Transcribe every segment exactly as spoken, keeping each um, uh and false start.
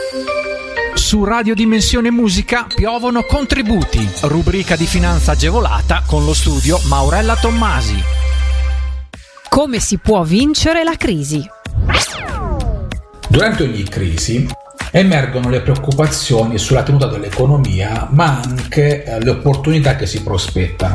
Su Radio Dimensione Musica piovono contributi, rubrica di finanza agevolata con lo studio Maurella Tommasi. Come si può vincere la crisi? Durante ogni crisi emergono le preoccupazioni sulla tenuta dell'economia, ma anche eh, le opportunità che si prospettano.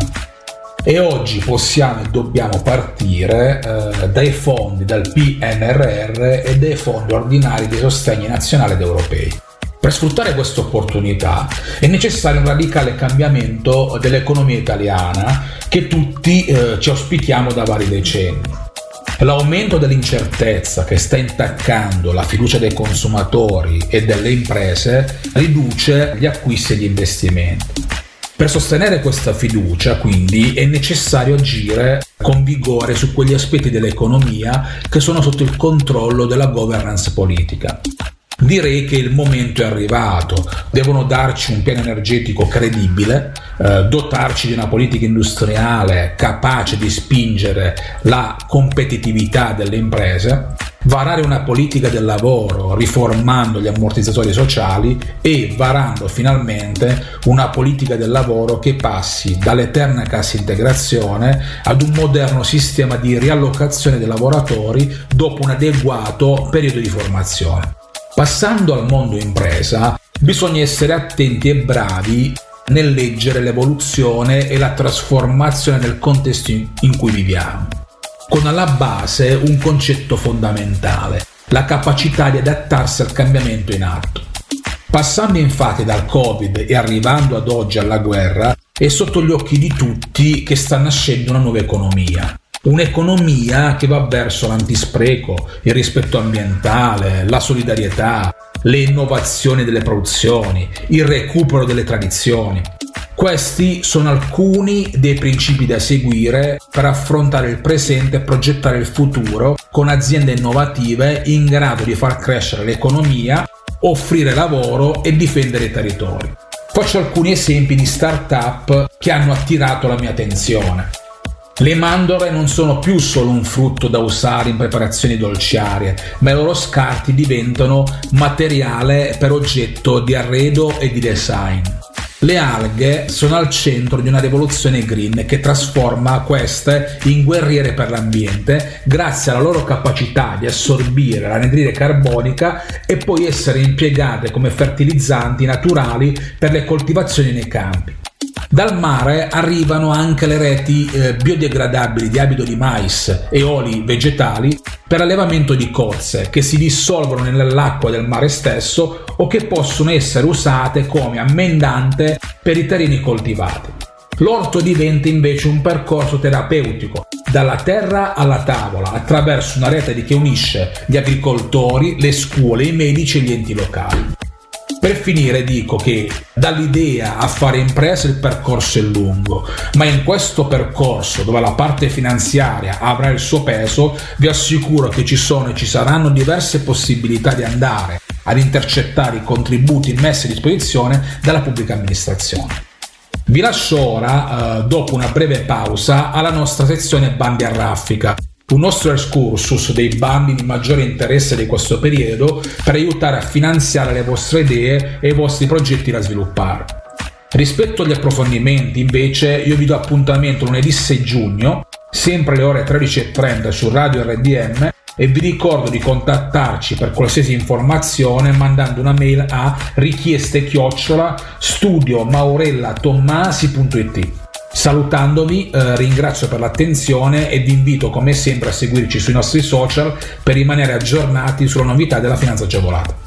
E oggi possiamo e dobbiamo partire eh, dai fondi del P N R R e dai fondi ordinari dei sostegni nazionali ed europei. Per sfruttare questa opportunità è necessario un radicale cambiamento dell'economia italiana che tutti eh, ci auspichiamo da vari decenni. L'aumento dell'incertezza che sta intaccando la fiducia dei consumatori e delle imprese riduce gli acquisti e gli investimenti. Per sostenere questa fiducia, quindi, è necessario agire con vigore su quegli aspetti dell'economia che sono sotto il controllo della governance politica. Direi che il momento è arrivato, devono darci un piano energetico credibile, eh, dotarci di una politica industriale capace di spingere la competitività delle imprese, varare una politica del lavoro riformando gli ammortizzatori sociali e varando finalmente una politica del lavoro che passi dall'eterna cassa integrazione ad un moderno sistema di riallocazione dei lavoratori dopo un adeguato periodo di formazione. Passando al mondo impresa, bisogna essere attenti e bravi nel leggere l'evoluzione e la trasformazione del contesto in cui viviamo, con alla base un concetto fondamentale, la capacità di adattarsi al cambiamento in atto. Passando infatti dal Covid e arrivando ad oggi alla guerra, è sotto gli occhi di tutti che sta nascendo una nuova economia. Un'economia che va verso l'antispreco, il rispetto ambientale, la solidarietà, le innovazioni delle produzioni, il recupero delle tradizioni. Questi sono alcuni dei principi da seguire per affrontare il presente e progettare il futuro con aziende innovative in grado di far crescere l'economia, offrire lavoro e difendere i territori. Faccio alcuni esempi di start-up che hanno attirato la mia attenzione. Le mandorle non sono più solo un frutto da usare in preparazioni dolciarie, ma i loro scarti diventano materiale per oggetto di arredo e di design. Le alghe sono al centro di una rivoluzione green che trasforma queste in guerriere per l'ambiente grazie alla loro capacità di assorbire l'anidride carbonica e poi essere impiegate come fertilizzanti naturali per le coltivazioni nei campi. Dal mare arrivano anche le reti eh, biodegradabili di amido di mais e oli vegetali per allevamento di cozze che si dissolvono nell'acqua del mare stesso o che possono essere usate come ammendante per i terreni coltivati. L'orto diventa invece un percorso terapeutico dalla terra alla tavola attraverso una rete che unisce gli agricoltori, le scuole, i medici e gli enti locali. Per finire dico che dall'idea a fare impresa il percorso è lungo, ma in questo percorso dove la parte finanziaria avrà il suo peso vi assicuro che ci sono e ci saranno diverse possibilità di andare ad intercettare i contributi messi a disposizione dalla pubblica amministrazione. Vi lascio ora, eh, dopo una breve pausa, alla nostra sezione bandi a raffica, un nostro excursus dei bandi di maggiore interesse di questo periodo per aiutare a finanziare le vostre idee e i vostri progetti da sviluppare. Rispetto agli approfondimenti, invece, io vi do appuntamento lunedì sei giugno, sempre alle ore tredici e trenta su Radio R D M, e vi ricordo di contattarci per qualsiasi informazione mandando una mail a richieste chiocciola studio maurella tommasi punto it. Salutandovi, eh, ringrazio per l'attenzione e vi invito come sempre a seguirci sui nostri social per rimanere aggiornati sulle novità della finanza agevolata.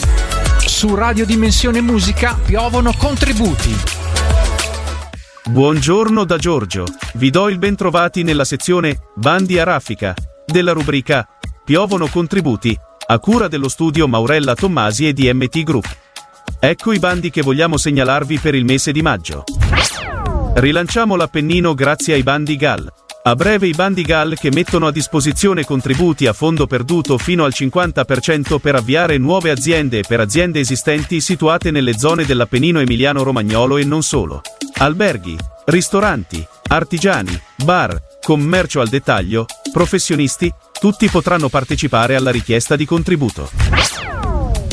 Su Radio Dimensione Musica piovono contributi. Buongiorno da Giorgio, vi do il bentrovati nella sezione Bandi a raffica della rubrica Piovono contributi, a cura dello studio Maurella Tommasi e di M T Group. Ecco i bandi che vogliamo segnalarvi per il mese di maggio. Rilanciamo l'Appennino grazie ai bandi G A L. A breve i bandi G A L che mettono a disposizione contributi a fondo perduto fino al cinquanta per cento per avviare nuove aziende e per aziende esistenti situate nelle zone dell'Appennino emiliano-romagnolo e non solo. Alberghi, ristoranti, artigiani, bar, commercio al dettaglio, professionisti, tutti potranno partecipare alla richiesta di contributo.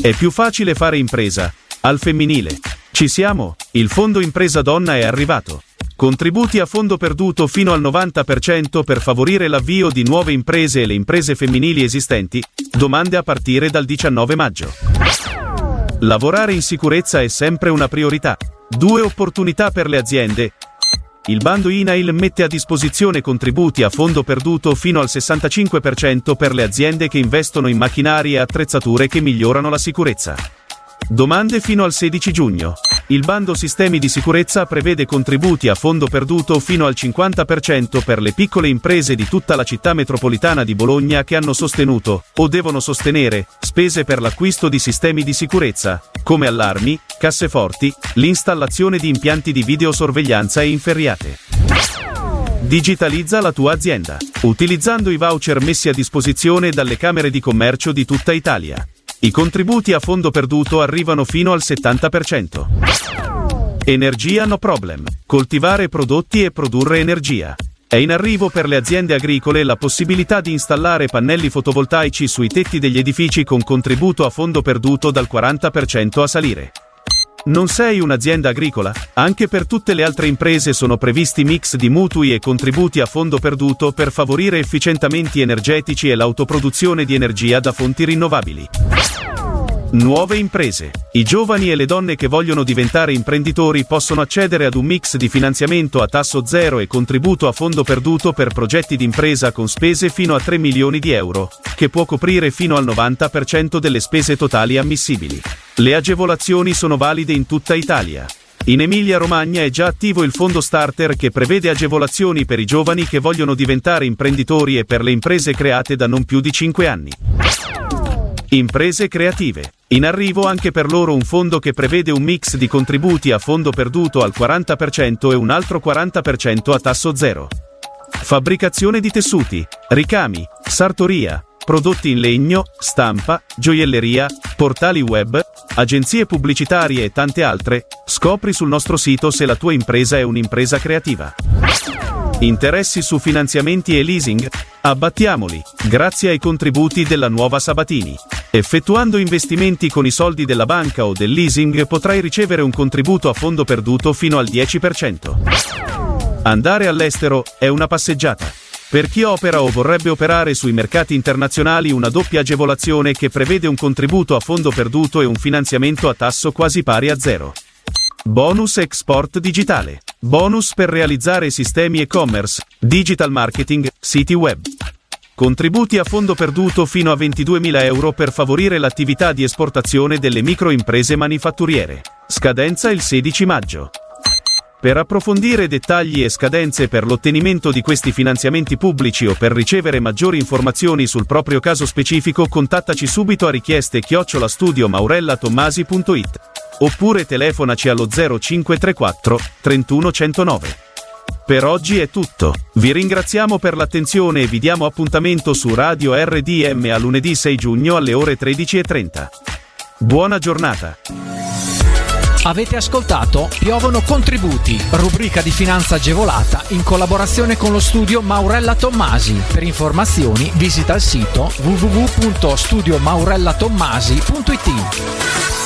È più facile fare impresa. Al femminile. Ci siamo? Il fondo impresa donna è arrivato. Contributi a fondo perduto fino al novanta per cento per favorire l'avvio di nuove imprese e le imprese femminili esistenti. Domande a partire dal diciannove maggio. Lavorare in sicurezza è sempre una priorità. Due opportunità per le aziende. Il bando I N A I L mette a disposizione contributi a fondo perduto fino al sessantacinque per cento per le aziende che investono in macchinari e attrezzature che migliorano la sicurezza. Domande fino al sedici giugno. Il bando Sistemi di sicurezza prevede contributi a fondo perduto fino al cinquanta per cento per le piccole imprese di tutta la città metropolitana di Bologna che hanno sostenuto, o devono sostenere, spese per l'acquisto di sistemi di sicurezza, come allarmi, casseforti, l'installazione di impianti di videosorveglianza e inferriate. Digitalizza la tua azienda, utilizzando i voucher messi a disposizione dalle camere di commercio di tutta Italia. I contributi a fondo perduto arrivano fino al settanta per cento. Energia no problem. Coltivare prodotti e produrre energia. È in arrivo per le aziende agricole la possibilità di installare pannelli fotovoltaici sui tetti degli edifici con contributo a fondo perduto dal quaranta per cento a salire. Non sei un'azienda agricola? Anche per tutte le altre imprese sono previsti mix di mutui e contributi a fondo perduto per favorire efficientamenti energetici e l'autoproduzione di energia da fonti rinnovabili. Nuove imprese. I giovani e le donne che vogliono diventare imprenditori possono accedere ad un mix di finanziamento a tasso zero e contributo a fondo perduto per progetti d'impresa con spese fino a tre milioni di euro, che può coprire fino al novanta per cento delle spese totali ammissibili. Le agevolazioni sono valide in tutta Italia. In Emilia-Romagna è già attivo il fondo Starter che prevede agevolazioni per i giovani che vogliono diventare imprenditori e per le imprese create da non più di cinque anni. Imprese creative. In arrivo anche per loro un fondo che prevede un mix di contributi a fondo perduto al quaranta per cento e un altro quaranta per cento a tasso zero. Fabbricazione di tessuti, ricami, sartoria, prodotti in legno, stampa, gioielleria, portali web, agenzie pubblicitarie e tante altre. Scopri sul nostro sito se la tua impresa è un'impresa creativa. Interessi su finanziamenti e leasing? Abbattiamoli, grazie ai contributi della nuova Sabatini. Effettuando investimenti con i soldi della banca o del leasing potrai ricevere un contributo a fondo perduto fino al dieci per cento. Andare all'estero è una passeggiata. Per chi opera o vorrebbe operare sui mercati internazionali, una doppia agevolazione che prevede un contributo a fondo perduto e un finanziamento a tasso quasi pari a zero. Bonus Export Digitale. Bonus per realizzare sistemi e-commerce, digital marketing, siti web. Contributi a fondo perduto fino a ventiduemila euro per favorire l'attività di esportazione delle microimprese manifatturiere. Scadenza il sedici maggio. Per approfondire dettagli e scadenze per l'ottenimento di questi finanziamenti pubblici o per ricevere maggiori informazioni sul proprio caso specifico, contattaci subito a richieste chiocciola studio maurella tommasi punto it oppure telefonaci allo zero cinque tre quattro trentuno centonove. Per oggi è tutto. Vi ringraziamo per l'attenzione e vi diamo appuntamento su Radio R D M a lunedì sei giugno alle ore tredici e trenta. Buona giornata. Avete ascoltato Piovono contributi, rubrica di finanza agevolata in collaborazione con lo studio Maurella Tommasi. Per informazioni visita il sito w w w punto studio maurella tommasi punto it.